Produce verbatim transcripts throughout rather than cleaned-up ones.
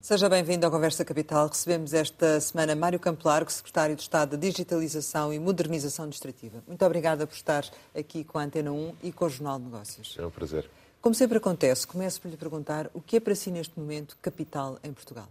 Seja bem-vindo à Conversa Capital. Recebemos esta semana Mário Campo Largo, Secretário de Estado da Digitalização e Modernização Administrativa. Muito obrigada por estar aqui com a Antena um e com o Jornal de Negócios. É um prazer. Como sempre acontece, começo por lhe perguntar o que é para si neste momento capital em Portugal?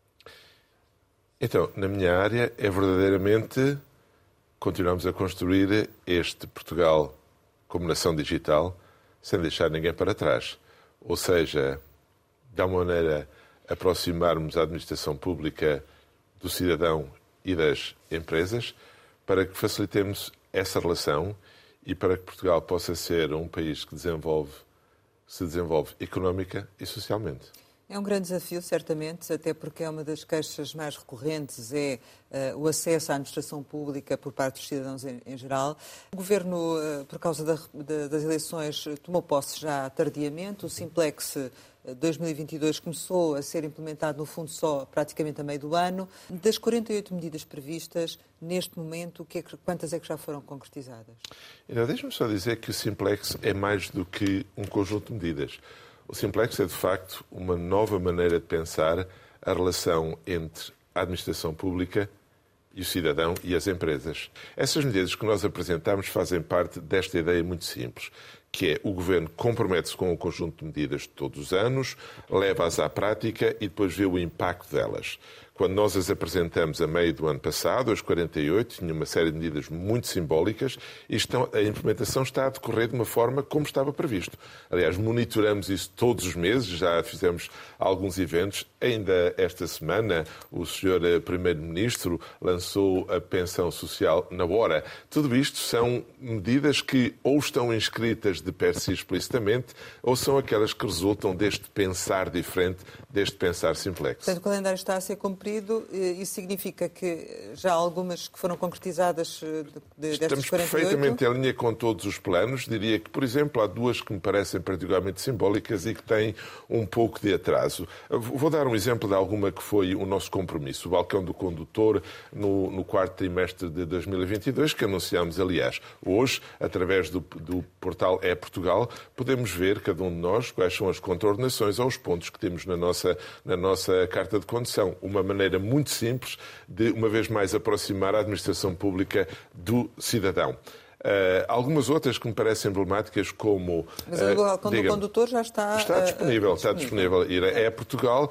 Então, na minha área, é verdadeiramente continuamos a construir este Portugal como nação digital, sem deixar ninguém para trás. Ou seja, de alguma maneira, aproximarmos a administração pública do cidadão e das empresas para que facilitemos essa relação e para que Portugal possa ser um país que desenvolve, se desenvolve económica e socialmente. É um grande desafio, certamente, até porque é uma das queixas mais recorrentes, é uh, o acesso à administração pública por parte dos cidadãos em, em geral. O Governo, uh, por causa da, da, das eleições, tomou posse já tardiamente. O Simplex dois mil e vinte e dois começou a ser implementado, no fundo, só praticamente a meio do ano. Das quarenta e oito medidas previstas, neste momento, o que é que, quantas é que já foram concretizadas? Então, deixe-me só dizer que o Simplex é mais do que um conjunto de medidas. O Simplex é, de facto, uma nova maneira de pensar a relação entre a administração pública e o cidadão e as empresas. Essas medidas que nós apresentamos fazem parte desta ideia muito simples, que é o Governo compromete-se com um conjunto de medidas todos os anos, leva-as à prática e depois vê o impacto delas. Quando nós as apresentamos a meio do ano passado, as quarenta e oito, tinha uma série de medidas muito simbólicas e estão, a implementação está a decorrer de uma forma como estava previsto. Aliás, monitoramos isso todos os meses, já fizemos alguns eventos. Ainda esta semana, o senhor Primeiro-Ministro lançou a pensão social na hora. Tudo isto são medidas que ou estão inscritas de per si explicitamente ou são aquelas que resultam deste pensar diferente, deste pensar simplex. Portanto, o calendário está a ser cumprido. Isso significa que já há algumas que foram concretizadas de, de, destas Estamos quarenta e oito? perfeitamente em linha com todos os planos. Diria que, por exemplo, há duas que me parecem particularmente simbólicas e que têm um pouco de atraso. Vou dar um exemplo de alguma que foi o nosso compromisso, o balcão do condutor no, no quarto trimestre de dois mil e vinte e dois, que anunciámos, aliás. Hoje, através do, do portal É Portugal, podemos ver, cada um de nós, quais são as contraordenações aos pontos que temos na nossa, na nossa carta de condução. Uma maneira muito simples de, uma vez mais, aproximar a administração pública do cidadão. Uh, algumas outras que me parecem emblemáticas, como... Mas o balcão do condutor já está... Está disponível, uh, está disponível. Ir a É Portugal,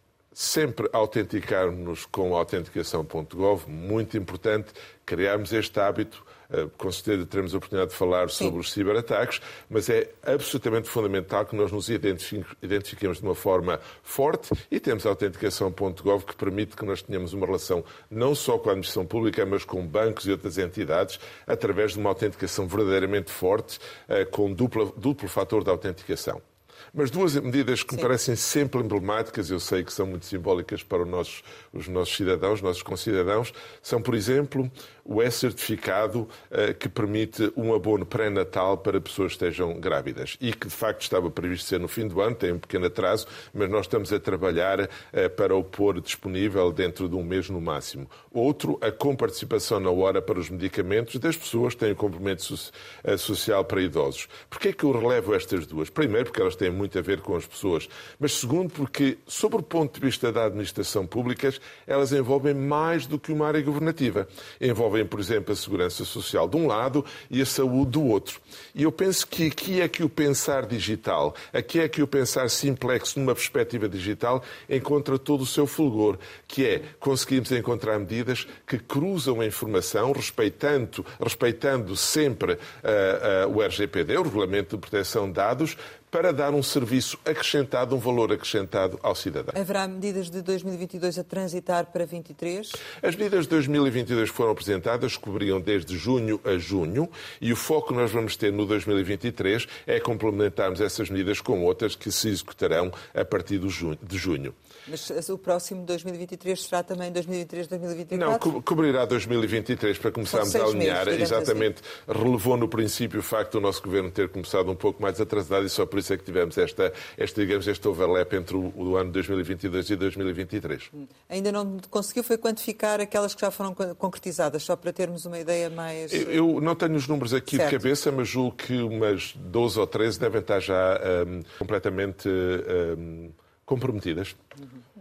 sempre autenticar-nos com autenticação ponto gov, muito importante criarmos este hábito. Com certeza teremos a oportunidade de falar sobre Sim. os ciberataques, mas é absolutamente fundamental que nós nos identifiquemos de uma forma forte e temos a autenticação ponto gov que permite que nós tenhamos uma relação não só com a administração pública, mas com bancos e outras entidades, através de uma autenticação verdadeiramente forte, com duplo, duplo fator de autenticação. Mas duas medidas que Sim. me parecem sempre emblemáticas, eu sei que são muito simbólicas para os nossos, os nossos cidadãos, os nossos concidadãos, são, por exemplo, o E-certificado uh, que permite um abono pré-natal para pessoas que estejam grávidas e que, de facto, estava previsto ser no fim do ano, tem um pequeno atraso, mas nós estamos a trabalhar uh, para o pôr disponível dentro de um mês no máximo. Outro, a comparticipação na hora para os medicamentos das pessoas que têm o complemento so- uh, social para idosos. Porquê é que eu relevo estas duas? Primeiro, porque elas têm muito a ver com as pessoas, mas segundo, porque, sob o ponto de vista da administração pública, elas envolvem mais do que uma área governativa. Envolvem, por exemplo, a segurança social de um lado e a saúde do outro. E eu penso que aqui é que o pensar digital, aqui é que o pensar simplex numa perspectiva digital encontra todo o seu fulgor, que é conseguirmos encontrar medidas que cruzam a informação, respeitando, respeitando sempre uh, uh, o R G P D, o Regulamento de Proteção de Dados, para dar um serviço acrescentado, um valor acrescentado ao cidadão. Haverá medidas de dois mil e vinte e dois a transitar para vinte e três? As medidas de dois mil e vinte e dois que foram apresentadas cobriam desde junho a junho e o foco que nós vamos ter no dois mil e vinte e três é complementarmos essas medidas com outras que se executarão a partir de junho. Mas o próximo dois mil e vinte e três será também dois mil e vinte e três, dois mil e vinte e quatro? Não, cobrirá dois mil e vinte e três para começarmos a alinhar. Meses, exatamente, assim. Relevou no princípio o facto do nosso governo ter começado um pouco mais atrasado e só por isso é que tivemos esta, esta, digamos, este overlap entre o, o ano dois mil e vinte e dois e dois mil e vinte e três. Hum. Ainda não conseguiu foi quantificar aquelas que já foram concretizadas, só para termos uma ideia mais... Eu, eu não tenho os números aqui certo. de cabeça, mas julgo que umas doze ou treze devem estar já um, completamente um, comprometidas. Uhum.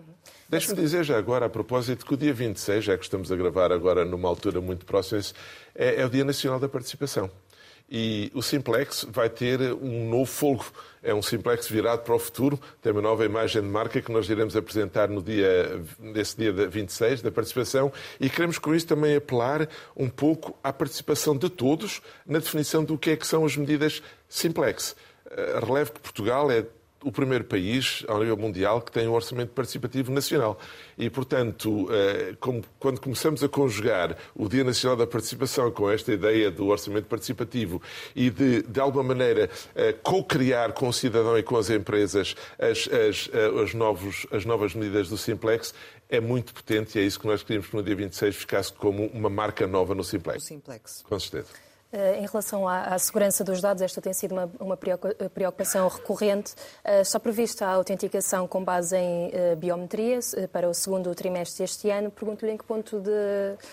Deixe-me dizer já agora, a propósito, que o dia vinte e seis, já que estamos a gravar agora numa altura muito próxima, é, é o Dia Nacional da Participação. E o Simplex vai ter um novo fogo. É um Simplex virado para o futuro, tem uma nova imagem de marca que nós iremos apresentar no dia, nesse dia vinte e seis, da participação, e queremos com isso também apelar um pouco à participação de todos na definição do que é que são as medidas Simplex. Relevo que Portugal é o primeiro país, ao nível mundial, que tem um orçamento participativo nacional. E, portanto, como, quando começamos a conjugar o Dia Nacional da Participação com esta ideia do orçamento participativo e de, de alguma maneira, co-criar com o cidadão e com as empresas as, as, as, novos, as novas medidas do Simplex, é muito potente e é isso que nós queríamos que no dia vinte e seis ficasse como uma marca nova no Simplex. O Simplex. Com certeza. Em relação à, à segurança dos dados, esta tem sido uma, uma preocupação recorrente. Está prevista a autenticação com base em uh, biometria uh, para o segundo trimestre deste ano. Pergunto-lhe em que ponto de,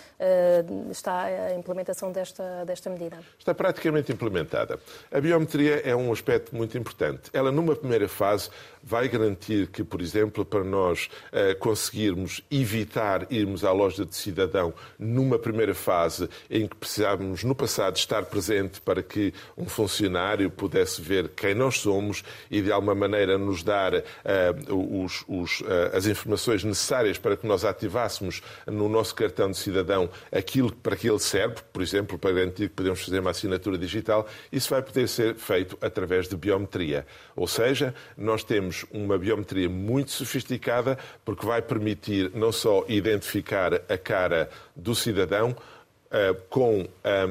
uh, está a implementação desta, desta medida. Está praticamente implementada. A biometria é um aspecto muito importante. Ela, numa primeira fase, vai garantir que, por exemplo, para nós uh, conseguirmos evitar irmos à loja de cidadão numa primeira fase em que precisávamos, no passado, estar presente para que um funcionário pudesse ver quem nós somos e, de alguma maneira, nos dar uh, os, os, uh, as informações necessárias para que nós ativássemos no nosso cartão de cidadão aquilo para que ele serve, por exemplo, para garantir que podemos fazer uma assinatura digital. Isso vai poder ser feito através de biometria. Ou seja, nós temos uma biometria muito sofisticada porque vai permitir não só identificar a cara do cidadão, Uh, com, um,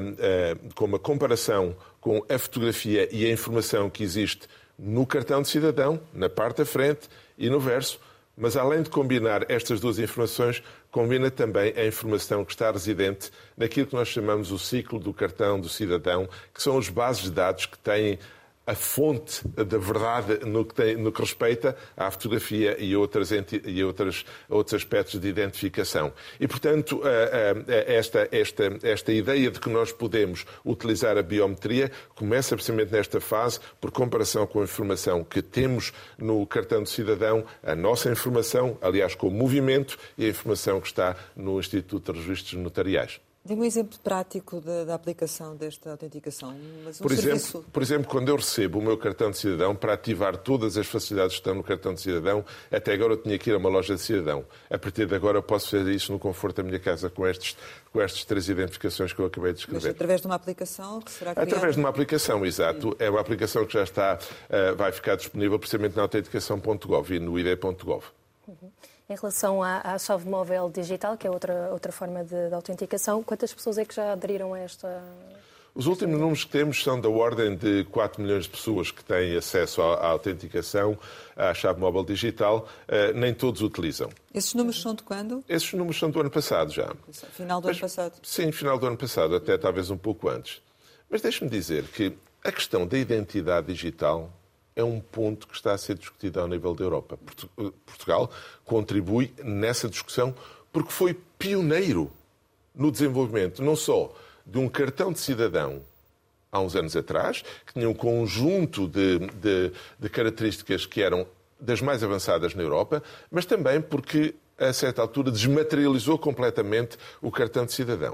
uh, com uma comparação com a fotografia e a informação que existe no cartão de cidadão, na parte da frente e no verso, mas além de combinar estas duas informações, combina também a informação que está residente naquilo que nós chamamos o ciclo do cartão do cidadão, que são as bases de dados que têm a fonte da verdade no que, tem, no que respeita à fotografia e, outras, e outras, outros aspectos de identificação. E, portanto, esta, esta, esta ideia de que nós podemos utilizar a biometria começa precisamente nesta fase, por comparação com a informação que temos no cartão de cidadão, a nossa informação, aliás, com o movimento e a informação que está no Instituto de Registros Notariais. Dê-me um exemplo prático da, da aplicação desta autenticação. Mas um por, serviço... exemplo, por exemplo, quando eu recebo o meu cartão de cidadão, para ativar todas as facilidades que estão no cartão de cidadão, até agora eu tinha que ir a uma loja de cidadão. A partir de agora eu posso fazer isso no conforto da minha casa com, estes, com estas três identificações que eu acabei de escrever. Mas através de uma aplicação que será criada? Através de uma aplicação, exato. É uma aplicação que já está, uh, vai ficar disponível precisamente na autenticação ponto gov e no i d ponto gov. Uhum. Em relação à, à chave móvel digital, que é outra, outra forma de, de autenticação, quantas pessoas é que já aderiram a esta... Os últimos números que temos são da ordem de quatro milhões de pessoas que têm acesso à, à autenticação, à chave móvel digital. Uh, nem todos utilizam. Esses números são de quando? Esses números são do ano passado já. Final do Mas, ano passado? Sim, final do ano passado, até talvez um pouco antes. Mas deixe-me dizer que a questão da identidade digital é um ponto que está a ser discutido ao nível da Europa. Portugal contribui nessa discussão porque foi pioneiro no desenvolvimento não só de um cartão de cidadão há uns anos atrás, que tinha um conjunto de, de, de características que eram das mais avançadas na Europa, mas também porque, a certa altura, desmaterializou completamente o cartão de cidadão.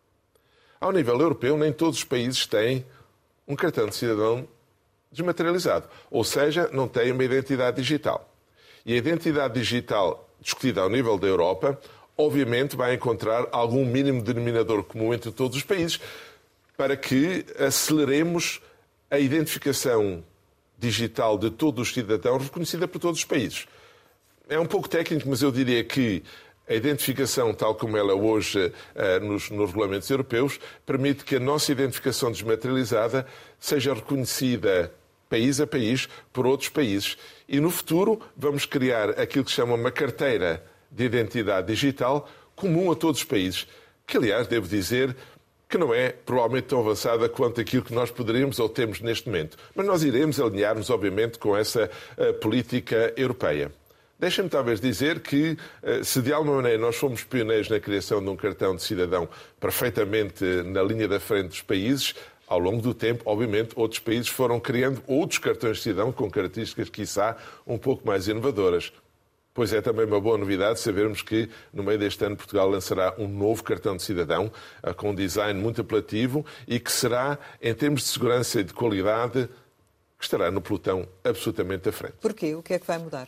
Ao nível europeu, nem todos os países têm um cartão de cidadão desmaterializado. Ou seja, não tem uma identidade digital. E a identidade digital discutida ao nível da Europa, obviamente vai encontrar algum mínimo denominador comum entre todos os países para que aceleremos a identificação digital de todos os cidadãos reconhecida por todos os países. É um pouco técnico, mas eu diria que a identificação, tal como ela hoje nos, nos regulamentos europeus, permite que a nossa identificação desmaterializada seja reconhecida país a país por outros países. E no futuro vamos criar aquilo que se chama uma carteira de identidade digital comum a todos os países, que aliás devo dizer que não é provavelmente tão avançada quanto aquilo que nós poderíamos ou temos neste momento. Mas nós iremos alinhar-nos, obviamente, com essa uh, política europeia. Deixa-me talvez dizer que, uh, se de alguma maneira nós fomos pioneiros na criação de um cartão de cidadão perfeitamente na linha da frente dos países, ao longo do tempo, obviamente, outros países foram criando outros cartões de cidadão com características, quiçá, um pouco mais inovadoras. Pois é, também uma boa novidade sabermos que no meio deste ano Portugal lançará um novo cartão de cidadão com um design muito apelativo e que será, em termos de segurança e de qualidade, que estará no pelotão absolutamente à frente. Porquê? O que é que vai mudar?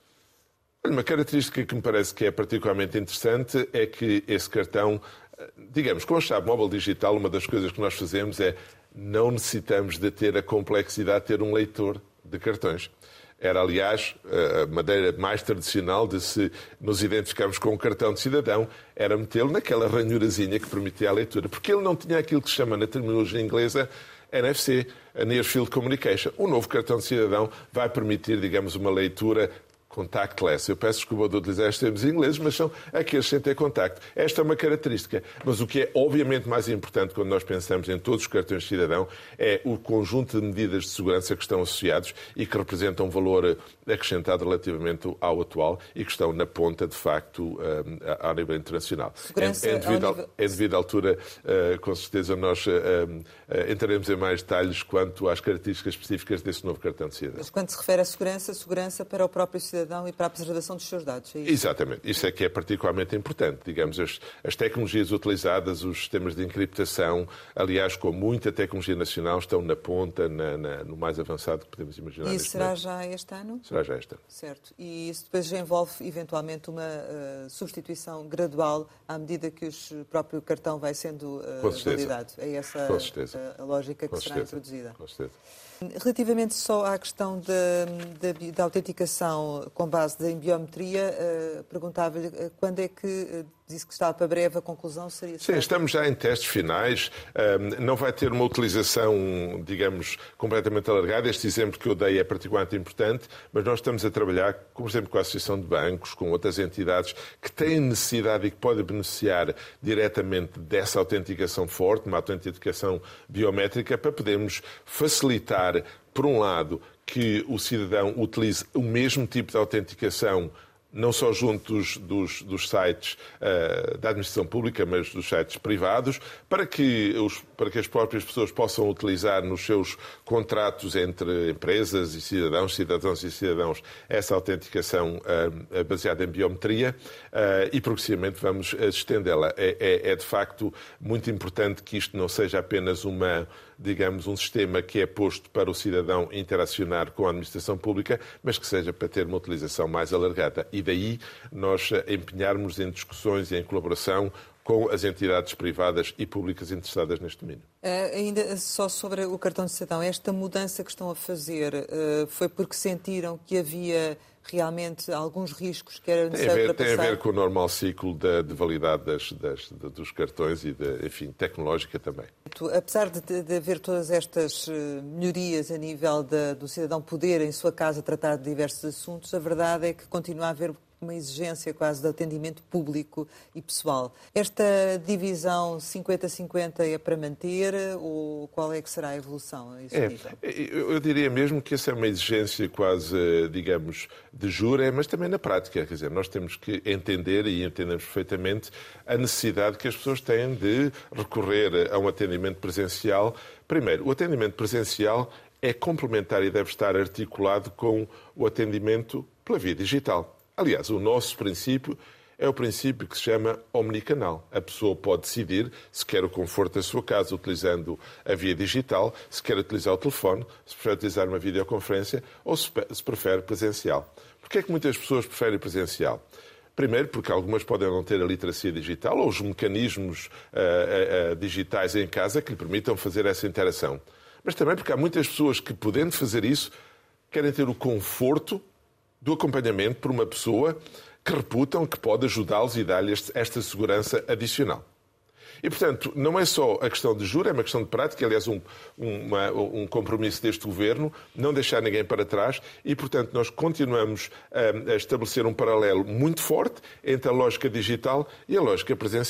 Uma característica que me parece que é particularmente interessante é que esse cartão, digamos, com a chave móvel digital, uma das coisas que nós fazemos é não necessitamos de ter a complexidade de ter um leitor de cartões. Era, aliás, a maneira mais tradicional de se nos identificarmos com um cartão de cidadão, era metê-lo naquela ranhurazinha que permitia a leitura, porque ele não tinha aquilo que se chama na terminologia inglesa N F C, a Near Field Communication. O novo cartão de cidadão vai permitir, digamos, uma leitura contactless. Eu peço desculpa de utilizar estes termos ingleses, mas são aqueles sem ter contacto. Esta é uma característica. Mas o que é obviamente mais importante quando nós pensamos em todos os cartões de cidadão é o conjunto de medidas de segurança que estão associados e que representam um valor acrescentado relativamente ao atual e que estão na ponta, de facto, ao nível internacional. Segurança é, é, devido, ao nível... é devido à altura, com certeza, nós entraremos em mais detalhes quanto às características específicas desse novo cartão de cidadão. Mas quando se refere à segurança, segurança para o próprio cidadão e para a preservação dos seus dados. É isso? Exatamente. Isso é que é particularmente importante. Digamos, as, as tecnologias utilizadas, os sistemas de encriptação, aliás, com muita tecnologia nacional, estão na ponta, na, na, no mais avançado que podemos imaginar. E isso será momento. já este ano? Será já este ano. Certo. E isso depois já envolve, eventualmente, uma uh, substituição gradual à medida que o próprio cartão vai sendo uh, validado. É essa Com certeza. a, a lógica que Com será certeza. introduzida. Com certeza. Relativamente só à questão da, da, da autenticação com base em biometria, uh, perguntava-lhe uh, quando é que uh, disse que estava para breve a conclusão seria... Sim, certo? estamos já em testes finais. Um, não vai ter uma utilização, digamos, completamente alargada. Este exemplo que eu dei é particularmente importante, mas nós estamos a trabalhar, como por exemplo, com a Associação de Bancos, com outras entidades que têm necessidade e que podem beneficiar diretamente dessa autenticação forte, uma autenticação biométrica, para podermos facilitar, por um lado, que o cidadão utilize o mesmo tipo de autenticação não só junto dos, dos, dos sites uh, da administração pública, mas dos sites privados, para que, os, para que as próprias pessoas possam utilizar nos seus contratos entre empresas e cidadãos, cidadãos e cidadãos, essa autenticação uh, baseada em biometria uh, e progressivamente vamos estendê-la. É, é, é de facto muito importante que isto não seja apenas uma, digamos, um sistema que é posto para o cidadão interacionar com a administração pública, mas que seja para ter uma utilização mais alargada. E daí nós empenharmos em discussões e em colaboração com as entidades privadas e públicas interessadas neste domínio. Uh, ainda só sobre o cartão de cidadão, esta mudança que estão a fazer uh, foi porque sentiram que havia realmente alguns riscos que era necessário tem a ver, ultrapassar? Tem a ver com o normal ciclo de, de validade das, das, de, dos cartões e, de, enfim, tecnológica também. Apesar de, de haver todas estas melhorias a nível de, do cidadão poder em sua casa tratar de diversos assuntos, a verdade é que continua a haver uma exigência quase de atendimento público e pessoal. Esta divisão cinquenta a cinquenta é para manter ou qual é que será a evolução a esse é, nível? Eu diria mesmo que essa é uma exigência quase, digamos, de jure, mas também na prática. Quer dizer, nós temos que entender, e entendemos perfeitamente, a necessidade que as pessoas têm de recorrer a um atendimento presencial. Primeiro, o atendimento presencial é complementar e deve estar articulado com o atendimento pela via digital. Aliás, o nosso princípio é o princípio que se chama omnicanal. A pessoa pode decidir se quer o conforto da sua casa utilizando a via digital, se quer utilizar o telefone, se prefere utilizar uma videoconferência ou se prefere presencial. Porquê é que muitas pessoas preferem presencial? Primeiro, porque algumas podem não ter a literacia digital ou os mecanismos uh, uh, uh, digitais em casa que lhe permitam fazer essa interação. Mas também porque há muitas pessoas que, podendo fazer isso, querem ter o conforto do acompanhamento por uma pessoa que reputam que pode ajudá-los e dar-lhes esta segurança adicional. E, portanto, não é só a questão de juro, é uma questão de prática, aliás, um, uma, um compromisso deste Governo, não deixar ninguém para trás e, portanto, nós continuamos a, a estabelecer um paralelo muito forte entre a lógica digital e a lógica presencial.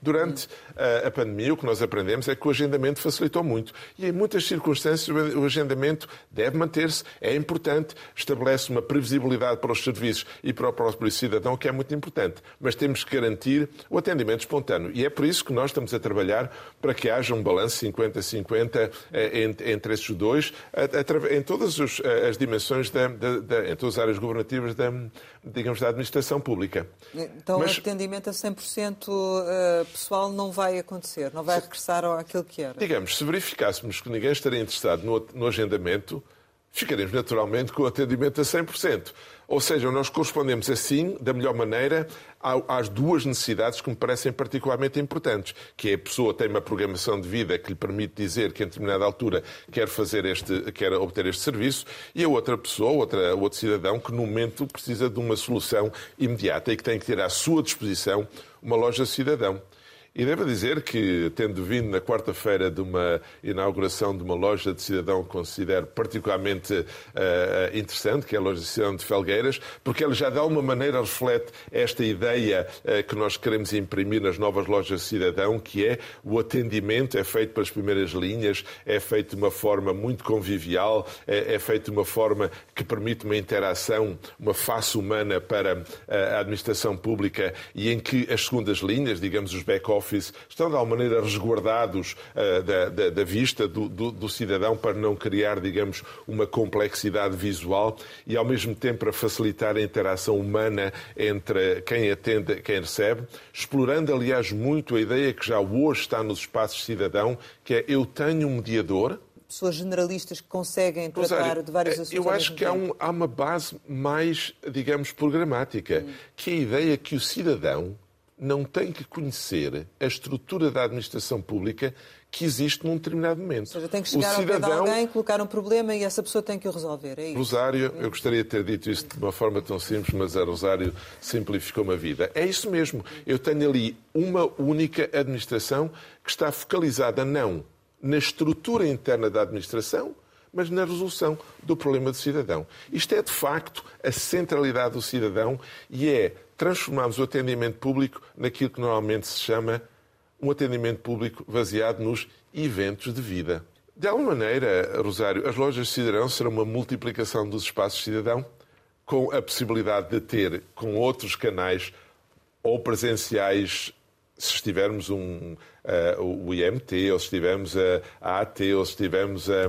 Durante a, a pandemia, o que nós aprendemos é que o agendamento facilitou muito. E em muitas circunstâncias o agendamento deve manter-se, é importante, estabelece uma previsibilidade para os serviços e para o próprio cidadão, que é muito importante. Mas temos que garantir o atendimento espontâneo. E é por isso que nós estamos a trabalhar para que haja um balanço cinquenta a cinquenta entre esses dois, em todas as dimensões, da, da, da, em todas as áreas governativas da, digamos, da administração pública. Então Mas, o atendimento a cem por cento pessoal não vai acontecer, não vai regressar àquilo que era? Digamos, se verificássemos que ninguém estaria interessado no, no agendamento, ficaremos naturalmente com o atendimento a cem por cento. Ou seja, nós correspondemos assim, da melhor maneira, às duas necessidades que me parecem particularmente importantes, que é a pessoa tem uma programação de vida que lhe permite dizer que em determinada altura quer fazer este, quer obter este serviço, e a outra pessoa, outra, outro cidadão, que no momento precisa de uma solução imediata e que tem que ter à sua disposição uma loja cidadão. E devo dizer que, tendo vindo na quarta-feira de uma inauguração de uma loja de cidadão que considero particularmente uh, interessante, que é a loja de cidadão de Felgueiras, porque ela já de alguma maneira reflete esta ideia uh, que nós queremos imprimir nas novas lojas de cidadão, que é o atendimento, é feito pelas primeiras linhas, é feito de uma forma muito convivial, é, é feito de uma forma que permite uma interação, uma face humana para a administração pública e em que as segundas linhas, digamos os back-office, estão de alguma maneira resguardados uh, da, da, da vista do, do, do cidadão para não criar, digamos, uma complexidade visual e, ao mesmo tempo, para facilitar a interação humana entre quem atende e quem recebe, explorando, aliás, muito a ideia que já hoje está nos espaços de cidadão, que é eu tenho um mediador. Pessoas generalistas que conseguem tratar Rosário, de vários assuntos. Eu acho que há, um, há uma base mais, digamos, programática, hum. que é a ideia que o cidadão não tem que conhecer a estrutura da administração pública que existe num determinado momento. Ou seja, tem que chegar o cidadão, ao pé de alguém, colocar um problema e essa pessoa tem que o resolver. É isso. Rosário, eu gostaria de ter dito isto de uma forma tão simples, mas a Rosário simplificou-me a vida. É isso mesmo. Eu tenho ali uma única administração que está focalizada não na estrutura interna da administração, mas na resolução do problema do cidadão. Isto é, de facto, a centralidade do cidadão e é transformarmos o atendimento público naquilo que normalmente se chama um atendimento público baseado nos eventos de vida. De alguma maneira, Rosário, as lojas de cidadão serão uma multiplicação dos espaços de cidadão, com a possibilidade de ter, com outros canais, ou presenciais, se estivermos um, uh, o I M T, ou se estivermos a, a AT, ou se estivermos a,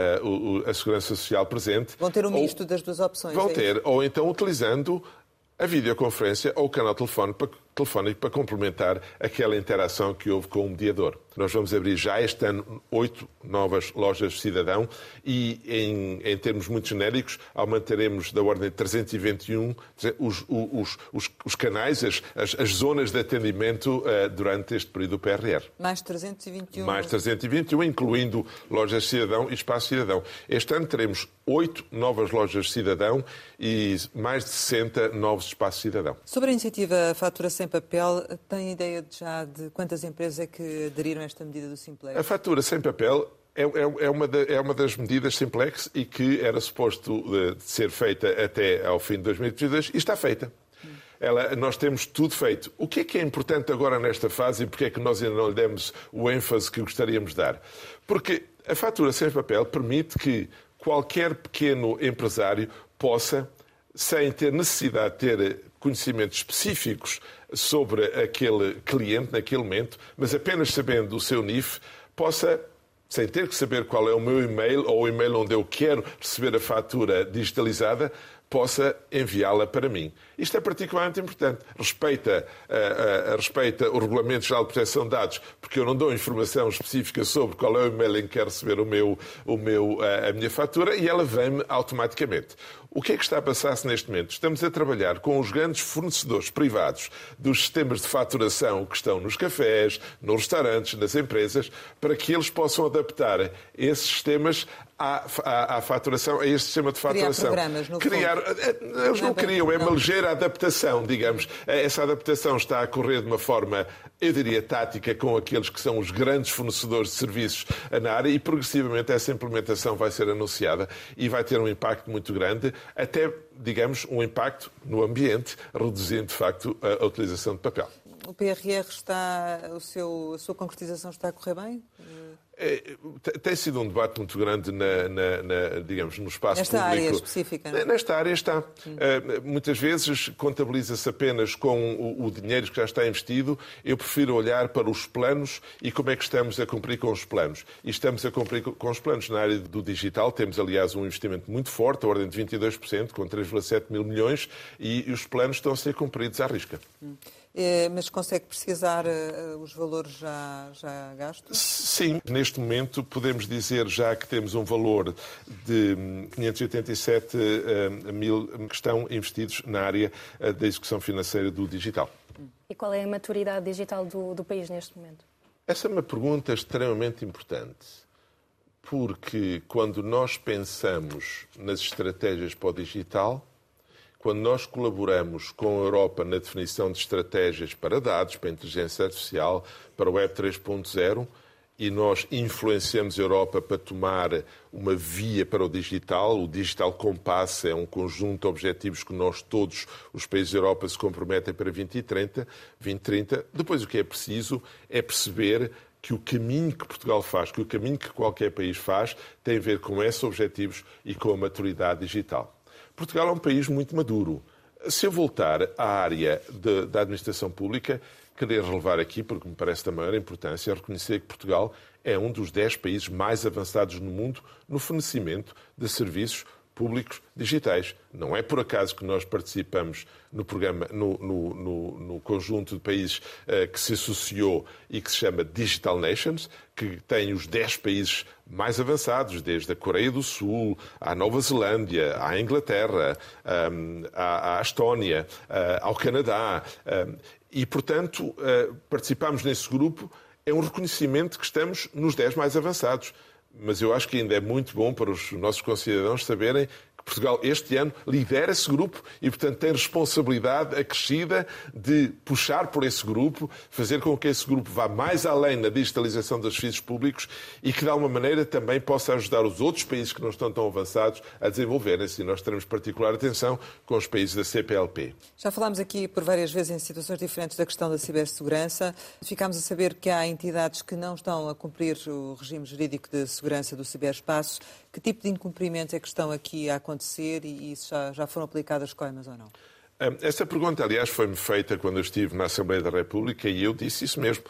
a, a Segurança Social presente. Vão ter um misto ou, das duas opções. Vão é ter, isso? Ou então utilizando a videoconferência ou o canal telefónico para, telefónico para complementar aquela interação que houve com o mediador. Nós vamos abrir já este ano oito novas lojas de cidadão e, em, em termos muito genéricos, aumentaremos da ordem de trezentos e vinte e um os, os, os, os canais, as, as, as zonas de atendimento uh, durante este período do P R R. Mais trezentos e vinte e um? Mais trezentos e vinte e um, incluindo lojas de cidadão e espaço cidadão. Este ano teremos oito novas lojas de cidadão e mais de sessenta novos espaços cidadão. Sobre a iniciativa Fatura Sem Papel, tem ideia de já de quantas empresas é que aderiram a esta medida do Simplex? A fatura sem papel é, é, é, uma, de, é uma das medidas Simplex e que era suposto de, de ser feita até ao fim de dois mil e vinte e dois e está feita. Hum. Ela, nós temos tudo feito. O que é que é importante agora nesta fase e porque é que nós ainda não lhe demos o ênfase que gostaríamos de dar? Porque a fatura sem papel permite que qualquer pequeno empresário possa, sem ter necessidade de ter conhecimentos específicos sobre aquele cliente naquele momento, mas apenas sabendo o seu N I F, possa, sem ter que saber qual é o meu e-mail ou o e-mail onde eu quero receber a fatura digitalizada, possa enviá-la para mim. Isto é particularmente importante. Respeita, uh, uh, respeita o Regulamento Geral de Proteção de Dados, porque eu não dou informação específica sobre qual é o e-mail em que quero receber o meu, o meu, uh, a minha fatura e ela vem-me automaticamente. O que é que está a passar-se neste momento? Estamos a trabalhar com os grandes fornecedores privados dos sistemas de faturação que estão nos cafés, nos restaurantes, nas empresas, para que eles possam adaptar esses sistemas à, à, à faturação, a este sistema de faturação. Criar programas, no Criar, fundo. Eles não criam, é uma ligeira adaptação, digamos. Essa adaptação está a correr de uma forma, eu diria, tática com aqueles que são os grandes fornecedores de serviços na área e progressivamente essa implementação vai ser anunciada e vai ter um impacto muito grande, até, digamos, um impacto no ambiente, reduzindo, de facto, a utilização de papel. o P R R está, o seu, a sua concretização está a correr bem? É, tem sido um debate muito grande na, na, na, digamos, no espaço Nesta público. área específica, não é? Nesta área está. Uh, muitas vezes contabiliza-se apenas com o, o dinheiro que já está investido. Eu prefiro olhar para os planos e como é que estamos a cumprir com os planos. E estamos a cumprir com os planos na área do digital. Temos, aliás, um investimento muito forte, a ordem de vinte e dois por cento, com três vírgula sete mil milhões, e, e os planos estão a ser cumpridos à risca. Hum. É, mas consegue precisar uh, os valores já, já gastos? Sim, neste momento podemos dizer já que temos um valor de quinhentos e oitenta e sete uh, mil que estão investidos na área uh, da execução financeira do digital. E qual é a maturidade digital do, do país neste momento? Essa é uma pergunta extremamente importante, porque quando nós pensamos nas estratégias para o digital, quando nós colaboramos com a Europa na definição de estratégias para dados, para a inteligência artificial, para o Web três ponto zero, e nós influenciamos a Europa para tomar uma via para o digital, o Digital Compass é um conjunto de objetivos que nós todos, os países da Europa, se comprometem para vinte e trinta, vinte e trinta. Depois o que é preciso é perceber que o caminho que Portugal faz, que o caminho que qualquer país faz, tem a ver com esses objetivos e com a maturidade digital. Portugal é um país muito maduro. Se eu voltar à área de, da administração pública, queria relevar aqui, porque me parece da maior importância, reconhecer que Portugal é um dos dez países mais avançados no mundo no fornecimento de serviços públicos digitais. Não é por acaso que nós participamos no programa, no, no, no, no conjunto de países uh, que se associou e que se chama Digital Nations, que tem os dez países mais avançados, desde a Coreia do Sul, à Nova Zelândia, à Inglaterra, um, à, à Estónia, uh, ao Canadá. Um, e, portanto, uh, participamos nesse grupo. É um reconhecimento que estamos nos dez mais avançados. Mas eu acho que ainda é muito bom para os nossos concidadãos saberem que Portugal, este ano, lidera esse grupo e, portanto, tem responsabilidade acrescida de puxar por esse grupo, fazer com que esse grupo vá mais além na digitalização dos serviços públicos e que, de alguma maneira, também possa ajudar os outros países que não estão tão avançados a desenvolverem-se. E nós teremos particular atenção com os países da C P L P. Já falámos aqui por várias vezes em situações diferentes da questão da cibersegurança. Ficámos a saber que há entidades que não estão a cumprir o regime jurídico de segurança do ciberespaço. Que tipo de incumprimentos é que estão aqui a acontecer e isso já, já foram aplicadas coimas ou não? Essa pergunta, aliás, foi-me feita quando eu estive na Assembleia da República e eu disse isso mesmo.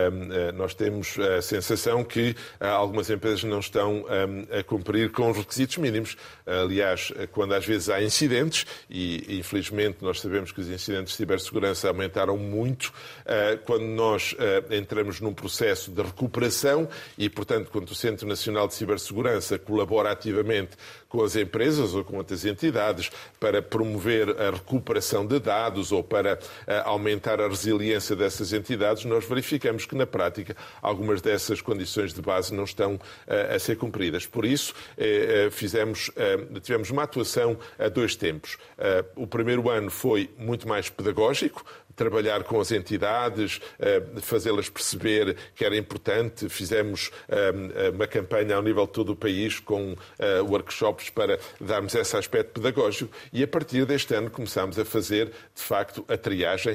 Nós temos a sensação que algumas empresas não estão a cumprir com os requisitos mínimos. Aliás, quando às vezes há incidentes, e infelizmente nós sabemos que os incidentes de cibersegurança aumentaram muito, quando nós entramos num processo de recuperação e, portanto, quando o Centro Nacional de Cibersegurança colabora ativamente com as empresas ou com outras entidades para promover a recuperação de dados ou para uh, aumentar a resiliência dessas entidades, nós verificamos que, na prática, algumas dessas condições de base não estão uh, a ser cumpridas. Por isso, uh, uh, fizemos, uh, tivemos uma atuação a dois tempos. Uh, o primeiro ano foi muito mais pedagógico, trabalhar com as entidades, fazê-las perceber que era importante. Fizemos uma campanha ao nível de todo o país com workshops para darmos esse aspecto pedagógico e, a partir deste ano, começámos a fazer, de facto, a triagem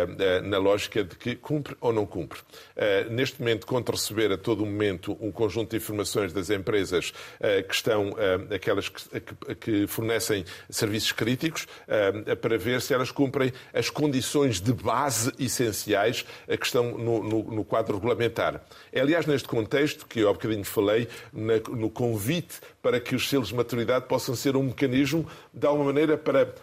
na lógica de que cumpre ou não cumpre. Neste momento, conto receber a todo momento um conjunto de informações das empresas que estão, aquelas que fornecem serviços críticos, para ver se elas cumprem as condições de base essenciais que estão no, no, no quadro regulamentar. É, aliás, neste contexto que eu há bocadinho falei, na, no convite para que os selos de maturidade possam ser um mecanismo, de alguma maneira, para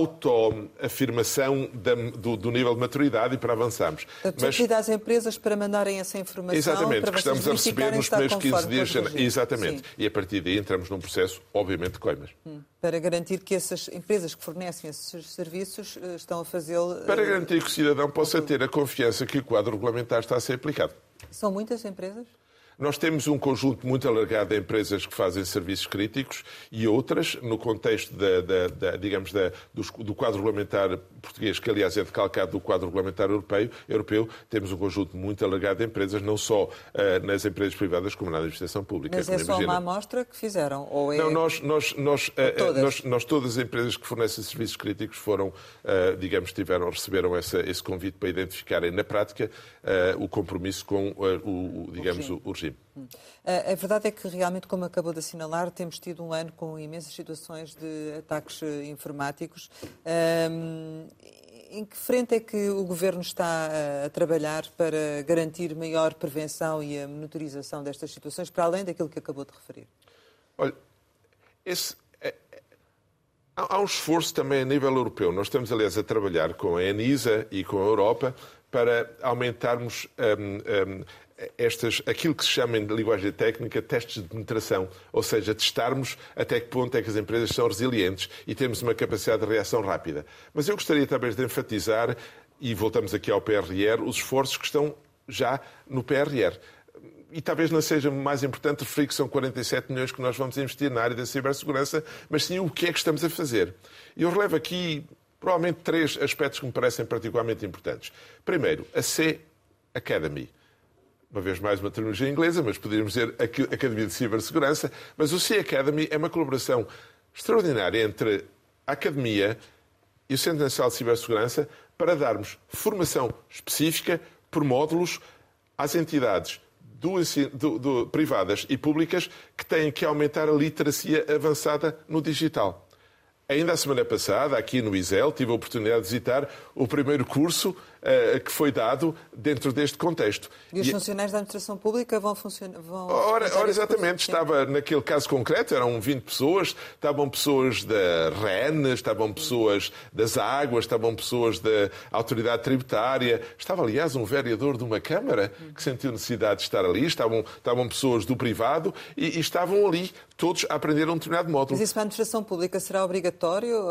autoafirmação do, do nível de maturidade e para avançarmos. Mas pedir às empresas para mandarem essa informação. Exatamente, para que estamos a receber nos primeiros quinze dias. Exatamente. Sim. E a partir daí entramos num processo, obviamente, de coimas. Hum. Para garantir que essas empresas que fornecem esses serviços estão a fazê-lo. Para garantir que o cidadão possa ter a confiança que o quadro regulamentar está a ser aplicado. São muitas empresas? Nós temos um conjunto muito alargado de empresas que fazem serviços críticos e outras, no contexto da, da, da, digamos, da, do, do quadro regulamentar português, que aliás é decalcado do quadro regulamentar europeu, europeu temos um conjunto muito alargado de empresas, não só uh, nas empresas privadas como na administração pública. Mas é só imagina. uma amostra que fizeram? Ou é... Não, nós, nós, nós, uh, todas? nós, nós, todas as empresas que fornecem serviços críticos foram, uh, digamos, tiveram, receberam essa, esse convite para identificarem na prática uh, o compromisso com uh, o, o, digamos, o regime. O regime. A verdade é que realmente, como acabou de assinalar, temos tido um ano com imensas situações de ataques informáticos. Um, em que frente é que o Governo está a trabalhar para garantir maior prevenção e a monitorização destas situações, para além daquilo que acabou de referir? Olha, esse, é, é, há um esforço também a nível europeu. Nós estamos, aliás, a trabalhar com a ENISA e com a Europa para aumentarmos um, um, estas, aquilo que se chama em linguagem técnica testes de penetração, ou seja, testarmos até que ponto é que as empresas são resilientes e temos uma capacidade de reação rápida. Mas eu gostaria também de enfatizar, e voltamos aqui ao P R R, os esforços que estão já no P R R. E talvez não seja mais importante referir que são quarenta e sete milhões que nós vamos investir na área da cibersegurança, mas sim o que é que estamos a fazer. E eu relevo aqui provavelmente três aspectos que me parecem particularmente importantes. Primeiro, a C Academy. Uma vez mais uma terminologia inglesa, mas poderíamos dizer Academia de Cibersegurança. Mas o C Academy é uma colaboração extraordinária entre a Academia e o Centro Nacional de Cibersegurança para darmos formação específica por módulos às entidades do, do, do, privadas e públicas que têm que aumentar a literacia avançada no digital. Ainda a semana passada, aqui no I S E L, tive a oportunidade de visitar o primeiro curso uh, que foi dado dentro deste contexto. E os e... funcionários da administração pública vão funcionar? Vão ora, ora, exatamente. Estava naquele caso concreto, eram vinte pessoas, estavam pessoas da R E N, estavam pessoas das águas, estavam pessoas da autoridade tributária, estava, aliás, um vereador de uma Câmara que sentiu necessidade de estar ali, estavam, estavam pessoas do privado e, e estavam ali todos a aprender um determinado módulo. Mas isso para a administração pública será obrigatório?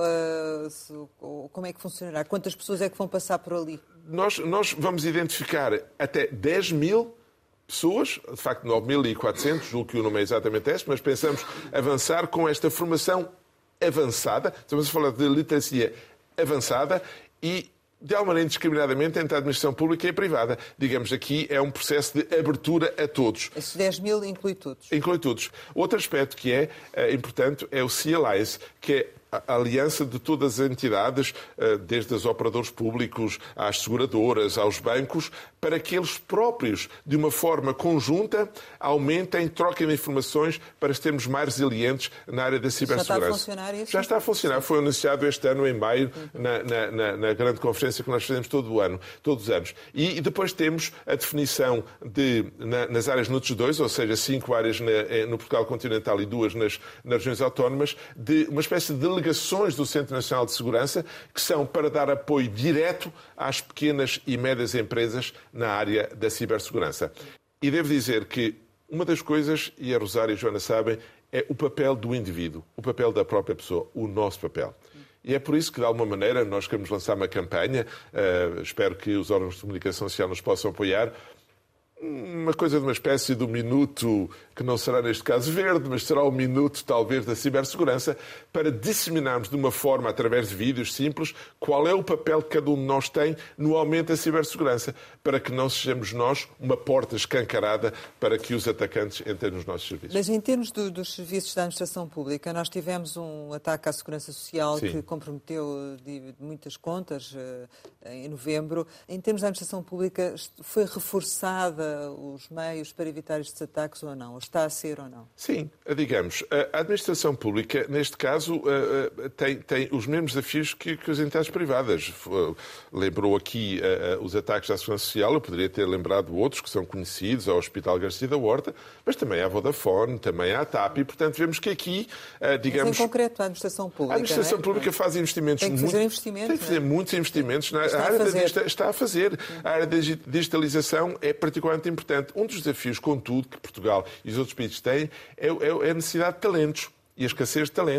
Uh, se, como é que funcionará? Quantas pessoas é que vão passar por ali? Nós, nós vamos identificar até dez mil pessoas, de facto nove mil e quatrocentos, julgo que o nome é exatamente este, mas pensamos avançar com esta formação avançada, estamos a falar de literacia avançada e de alguma maneira indiscriminadamente entre a administração pública e a privada. Digamos aqui, é um processo de abertura a todos. Esses dez mil inclui todos? Inclui todos. Outro aspecto que é é importante é o C Allies, que é a aliança de todas as entidades, desde os operadores públicos às seguradoras, aos bancos, para que eles próprios, de uma forma conjunta, aumentem, troquem informações para sermos mais resilientes na área da cibersegurança. Já está a funcionar isso? Já está a funcionar. Foi anunciado este ano, em maio, na, na, na, na grande conferência que nós fazemos todo o ano, todos os anos. E, e depois temos a definição de, na, nas áreas NUTS dois, ou seja, cinco áreas na, no Portugal continental e duas nas, nas regiões autónomas, de uma espécie de delegações do Centro Nacional de Segurança que são para dar apoio direto às pequenas e médias empresas na área da cibersegurança. E devo dizer que uma das coisas, e a Rosário e a Joana sabem, é o papel do indivíduo, o papel da própria pessoa, o nosso papel. E é por isso que, de alguma maneira, nós queremos lançar uma campanha, uh, espero que os órgãos de comunicação social nos possam apoiar, uma coisa de uma espécie do minuto, que não será neste caso verde, mas será o minuto talvez da cibersegurança, para disseminarmos de uma forma, através de vídeos simples, qual é o papel que cada um de nós tem no aumento da cibersegurança, para que não sejamos nós uma porta escancarada para que os atacantes entrem nos nossos serviços. Mas em termos do, dos serviços da administração pública, nós tivemos um ataque à segurança social Sim. que comprometeu de, de muitas contas uh, em novembro. Em termos da administração pública, foi reforçada os meios para evitar estes ataques ou não? Ou está a ser ou não? Sim, digamos, a administração pública, neste caso, tem, tem os mesmos desafios que, que as entidades privadas. Lembrou aqui os ataques à segurança social, eu poderia ter lembrado outros que são conhecidos, ao Hospital Garcia da Horta, mas também à Vodafone, também à TAP, e, portanto, vemos que aqui, digamos... Mas em concreto, a administração pública, A administração é? pública faz investimentos... Tem que fazer muito, investimentos. Tem que fazer é? muitos investimentos. Na está, área a fazer. Da, está a fazer. A área da digitalização é particularmente importante. Um dos desafios, contudo, que Portugal e os outros países têm é, é a necessidade de talentos e a escassez de talentos.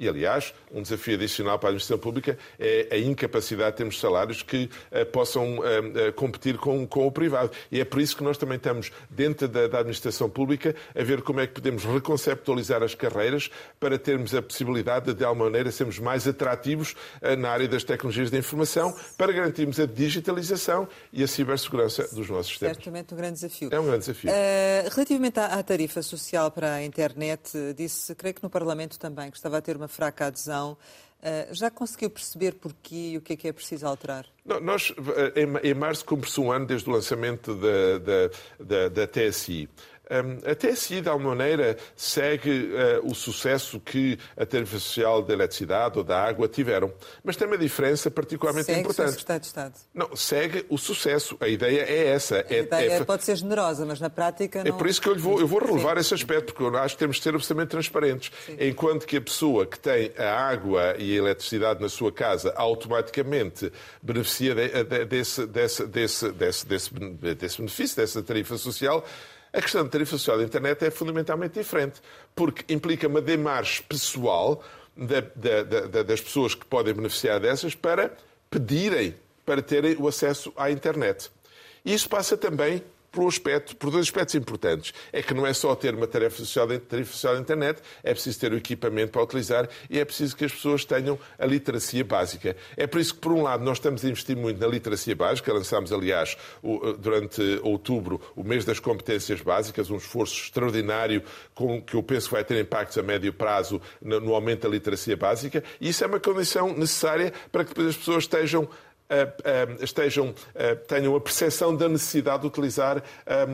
E, aliás, um desafio adicional para a administração pública é a incapacidade de termos salários que uh, possam uh, uh, competir com, com o privado. E é por isso que nós também estamos, dentro da, da administração pública, a ver como é que podemos reconceptualizar as carreiras para termos a possibilidade de, de alguma maneira, sermos mais atrativos uh, na área das tecnologias da informação, para garantirmos a digitalização e a cibersegurança dos nossos sistemas. Certamente um grande desafio. É um grande desafio. Uh, relativamente à, à tarifa social para a internet, disse, creio que no Parlamento também, que estava a ter uma fraca adesão. Uh, já conseguiu perceber porquê e o que é que é preciso alterar? Não, nós, em, em março, cumpre-se um ano desde o lançamento da, da, da, da T S I. Um, a T S I, de alguma maneira, segue uh, o sucesso que a tarifa social da eletricidade ou da água tiveram. Mas tem uma diferença particularmente segue importante. Segue o Secretário de Estado. Não, segue o sucesso. A ideia é essa. A é, ideia é... pode ser generosa, mas na prática não... É por isso que eu, lhe vou, eu vou relevar Sim. esse aspecto, porque eu acho que temos de ser absolutamente transparentes. Sim. Enquanto que a pessoa que tem a água e a eletricidade na sua casa automaticamente beneficia de, de, desse, desse, desse, desse, desse, desse benefício, dessa tarifa social, a questão da tarifa social da internet é fundamentalmente diferente, porque implica uma demarche pessoal da, da, da, das pessoas que podem beneficiar dessas para pedirem, para terem o acesso à internet. E isso passa também por, um aspecto, por dois aspectos importantes. É que não é só ter uma tarifa social, tarifa social da internet, é preciso ter o equipamento para utilizar e é preciso que as pessoas tenham a literacia básica. É por isso que, por um lado, nós estamos a investir muito na literacia básica. Lançámos, aliás, durante outubro, o mês das competências básicas, um esforço extraordinário com, que eu penso que vai ter impactos a médio prazo no, no aumento da literacia básica. E isso é uma condição necessária para que depois as pessoas estejam estejam, tenham a percepção da necessidade de utilizar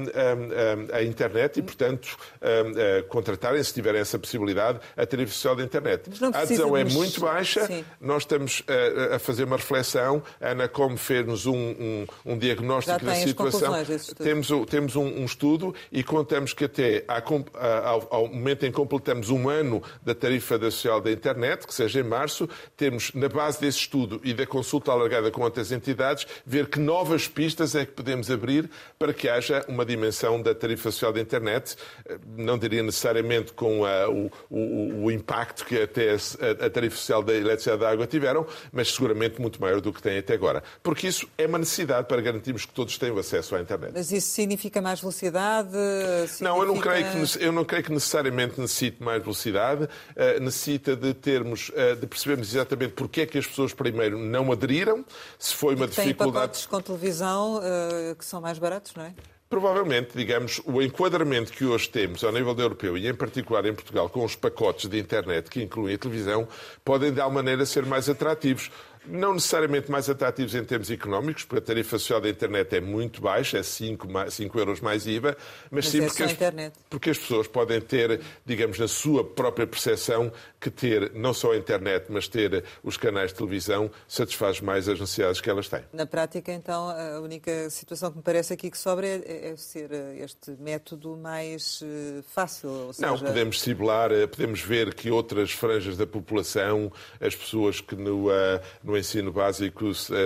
a internet e, portanto, contratarem, se tiverem essa possibilidade, a tarifa social da internet. A adesão é muito baixa. Sim. Nós estamos a fazer uma reflexão. A Anacom fez-nos um, um, um diagnóstico da situação. Temos, temos um, um estudo e contamos que até ao, ao momento em que completamos um ano da tarifa social da internet, que seja em março, temos, na base desse estudo e da consulta alargada com outras entidades, ver que novas pistas é que podemos abrir para que haja uma dimensão da tarifa social da internet, não diria necessariamente com a, o, o, o impacto que até a, a tarifa social da eletricidade e da água tiveram, mas seguramente muito maior do que tem até agora. Porque isso é uma necessidade para garantirmos que todos tenham acesso à internet. Mas isso significa mais velocidade? Significa... Não, eu não, creio que, eu não creio que necessariamente necessite mais velocidade, uh, necessita de termos, uh, de percebermos exatamente porque é que as pessoas primeiro não aderiram. Se foi uma dificuldade... Tem pacotes com televisão uh, que são mais baratos, não é? Provavelmente, digamos, o enquadramento que hoje temos ao nível europeu e, em particular, em Portugal, com os pacotes de internet que incluem a televisão, podem, de alguma maneira, ser mais atrativos. Não necessariamente mais atrativos em termos económicos, porque a tarifa social da internet é muito baixa, é cinco euros mais I V A, mas, mas sim é porque, as, porque as pessoas podem ter, digamos, na sua própria percepção, que ter não só a internet, mas ter os canais de televisão satisfaz mais as necessidades que elas têm. Na prática, então, a única situação que me parece aqui que sobra é, é ser este método mais fácil. Ou seja... Não, podemos simular, podemos ver que outras franjas da população, as pessoas que no, no ensino básico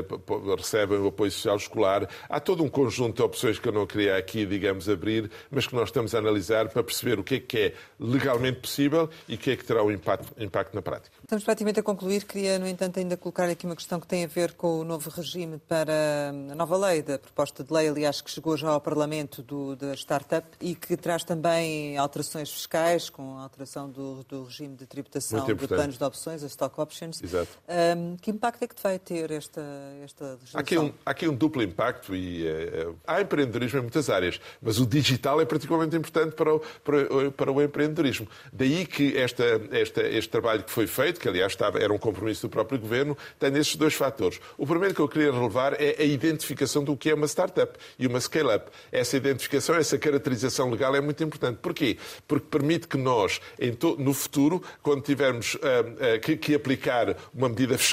recebem o apoio social escolar, há todo um conjunto de opções que eu não queria aqui, digamos, abrir, mas que nós estamos a analisar para perceber o que é que é legalmente possível e o que é que terá um impacto, impacto na prática. Estamos praticamente a concluir. Queria, no entanto, ainda colocar aqui uma questão que tem a ver com o novo regime para a nova lei, da proposta de lei, aliás, que chegou já ao Parlamento do, da Startup e que traz também alterações fiscais, com a alteração do, do regime de tributação de planos de opções, as stock options. Exato. Um, que impacto é que vai ter esta, esta legislação? Há aqui, um, há aqui um duplo impacto e uh, há empreendedorismo em muitas áreas, mas o digital é particularmente importante para o, para, para o empreendedorismo. Daí que esta, esta, este trabalho que foi feito, que aliás estava, era um compromisso do próprio Governo, tem esses dois fatores. O primeiro que eu queria relevar é a identificação do que é uma startup e uma scale-up. Essa identificação, essa caracterização legal é muito importante. Porquê? Porque permite que nós, em to, no futuro, quando tivermos uh, uh, que, que aplicar uma medida fiscal ou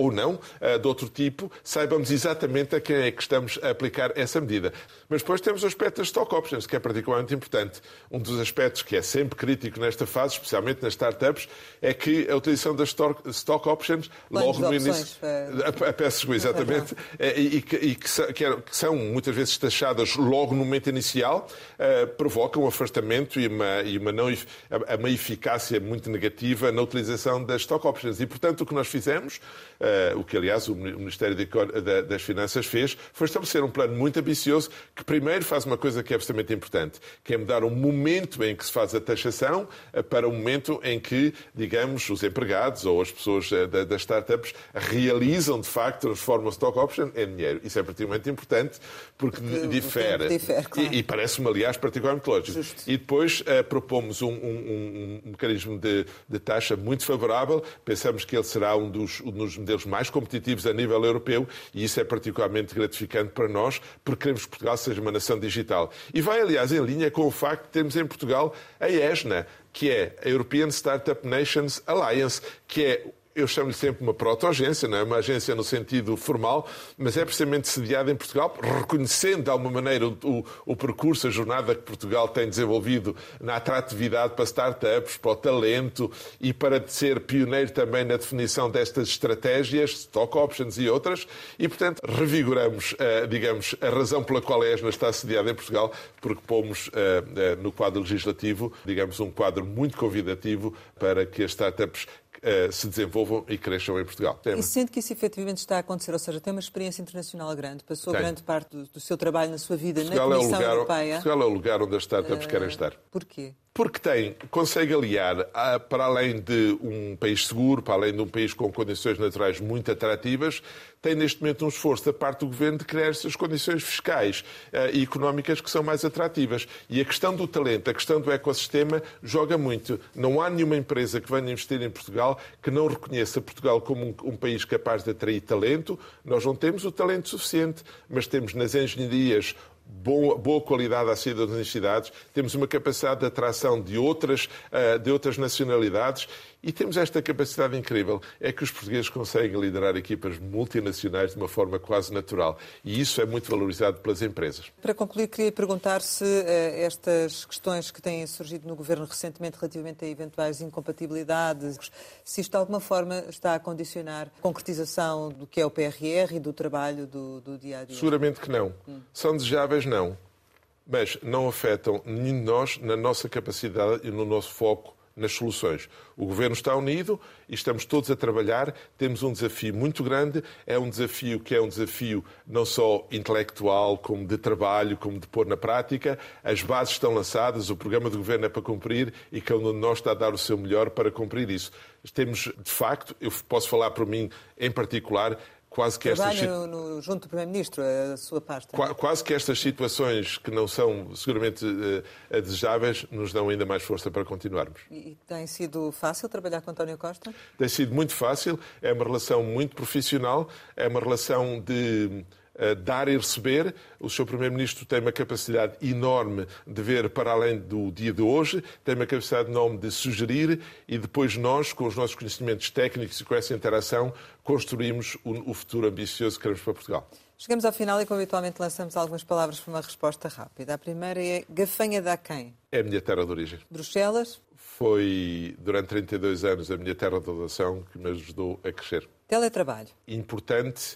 ou não, de outro tipo, saibamos exatamente a quem é que estamos a aplicar essa medida. Mas depois temos o aspecto das stock options, que é particularmente importante. Um dos aspectos que é sempre crítico nesta fase, especialmente nas startups, é que a utilização das stock options, Planos logo no opções, início... é... Peço exatamente. E, e, que, e que, que são muitas vezes taxadas logo no momento inicial, uh, provocam um afastamento e uma, e uma, não, uma eficácia muito negativa na utilização das stock options. E, portanto, o que nós fizemos, uh, o que, aliás, o Ministério das Finanças fez, foi estabelecer um plano muito ambicioso que, primeiro, faz uma coisa que é absolutamente importante, que é mudar o momento em que se faz a taxação uh, para o momento em que, digamos, os empregados ou as pessoas uh, das startups realizam, de facto, transformam stock option em dinheiro. Isso é particularmente importante porque, porque difere. difere claro. e, e parece-me, aliás, particularmente lógico. Justo. E depois uh, propomos um, um, um mecanismo de, de taxa muito favorável. Pensamos que ele será um dos, um dos modelos mais competitivos a nível europeu e isso é particularmente gratificante para nós porque queremos que Portugal seja uma nação digital. E vai, aliás, em linha com o facto de termos em Portugal a ESNA, que é a European Startup Nations Alliance, que é... Eu chamo-lhe sempre uma proto-agência, não é uma agência no sentido formal, mas é precisamente sediada em Portugal, reconhecendo de alguma maneira o, o, o percurso, a jornada que Portugal tem desenvolvido na atratividade para startups, para o talento e para ser pioneiro também na definição destas estratégias, stock options e outras, e portanto revigoramos, uh, digamos, a razão pela qual a ESNA está sediada em Portugal, porque pomos uh, uh, no quadro legislativo, digamos, um quadro muito convidativo para que as startups Uh, se desenvolvam e cresçam em Portugal. Tem. E sente que isso efetivamente está a acontecer, ou seja, tem uma experiência internacional grande, passou tem. grande parte do, do seu trabalho na sua vida Portugal na Comissão é lugar, Europeia. Portugal é o lugar onde as startups uh, querem estar. Porquê? Porque tem, consegue aliar, para além de um país seguro, para além de um país com condições naturais muito atrativas, tem neste momento um esforço da parte do Governo de criar essas condições fiscais uh, e económicas que são mais atrativas. E a questão do talento, a questão do ecossistema, joga muito. Não há nenhuma empresa que venha investir em Portugal que não reconheça Portugal como um, um país capaz de atrair talento. Nós não temos o talento suficiente, mas temos nas engenharias Boa, boa qualidade à saída das universidades, temos uma capacidade de atração de outras, de outras nacionalidades e temos esta capacidade incrível, é que os portugueses conseguem liderar equipas multinacionais de uma forma quase natural e isso é muito valorizado pelas empresas. Para concluir, queria perguntar se uh, estas questões que têm surgido no Governo recentemente relativamente a eventuais incompatibilidades, se isto de alguma forma está a condicionar a concretização do que é o P R R e do trabalho do, do dia a dia. Seguramente que não. Hum. São desejáveis, não. Mas não afetam nenhum de nós na nossa capacidade e no nosso foco nas soluções. O Governo está unido e estamos todos a trabalhar. Temos um desafio muito grande. É um desafio que é um desafio não só intelectual, como de trabalho, como de pôr na prática. As bases estão lançadas, o programa do Governo é para cumprir e cada um de nós está a dar o seu melhor para cumprir isso. Temos, de facto, eu posso falar por mim em particular, quase que estas Trabalho no, junto do Primeiro-Ministro, a sua pasta. Qu- quase que estas situações que não são seguramente uh, desejáveis nos dão ainda mais força para continuarmos. E tem sido fácil trabalhar com António Costa? Tem sido muito fácil, é uma relação muito profissional, é uma relação de uh, dar e receber. O senhor Primeiro-Ministro tem uma capacidade enorme de ver para além do dia de hoje, tem uma capacidade enorme de sugerir e depois nós, com os nossos conhecimentos técnicos e com essa interação, construímos o, o futuro ambicioso que queremos para Portugal. Chegamos ao final e, como habitualmente, lançamos algumas palavras para uma resposta rápida. A primeira é Gafanha dá quem? É a minha terra de origem. Bruxelas? Foi, durante trinta e dois anos, a minha terra de adoção que me ajudou a crescer. Teletrabalho? Importante,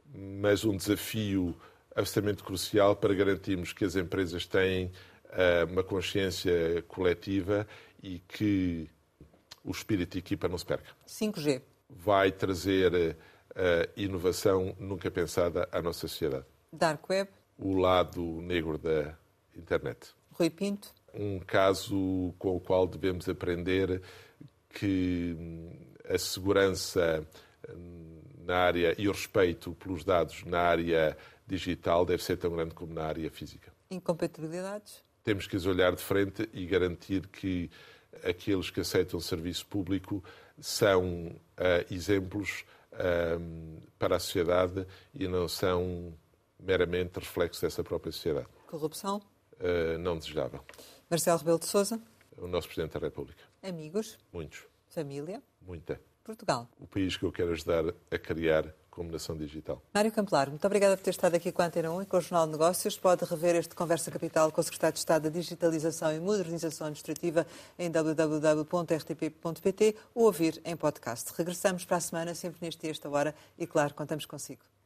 mas um desafio absolutamente crucial para garantirmos que as empresas têm uh, uma consciência coletiva e que o espírito de equipa não se perca. cinco G? Vai trazer uh, inovação nunca pensada à nossa sociedade. Dark Web? O lado negro da internet. Rui Pinto? Um caso com o qual devemos aprender que a segurança na área e o respeito pelos dados na área digital deve ser tão grande como na área física. Incompatibilidades? Temos que as olhar de frente e garantir que aqueles que aceitam o serviço público são uh, exemplos uh, para a sociedade e não são meramente reflexos dessa própria sociedade. Corrupção? Uh, não desejável. Marcelo Rebelo de Sousa? O nosso Presidente da República. Amigos? Muitos. Família? Muita. Portugal. O país que eu quero ajudar a criar como nação digital. Mário Campelar, muito obrigada por ter estado aqui com a Antena um e com o Jornal de Negócios. Pode rever este Conversa Capital com o Secretário de Estado da Digitalização e Modernização Administrativa em w w w ponto r t p ponto p t ou ouvir em podcast. Regressamos para a semana, sempre neste dia, esta hora, e claro, contamos consigo.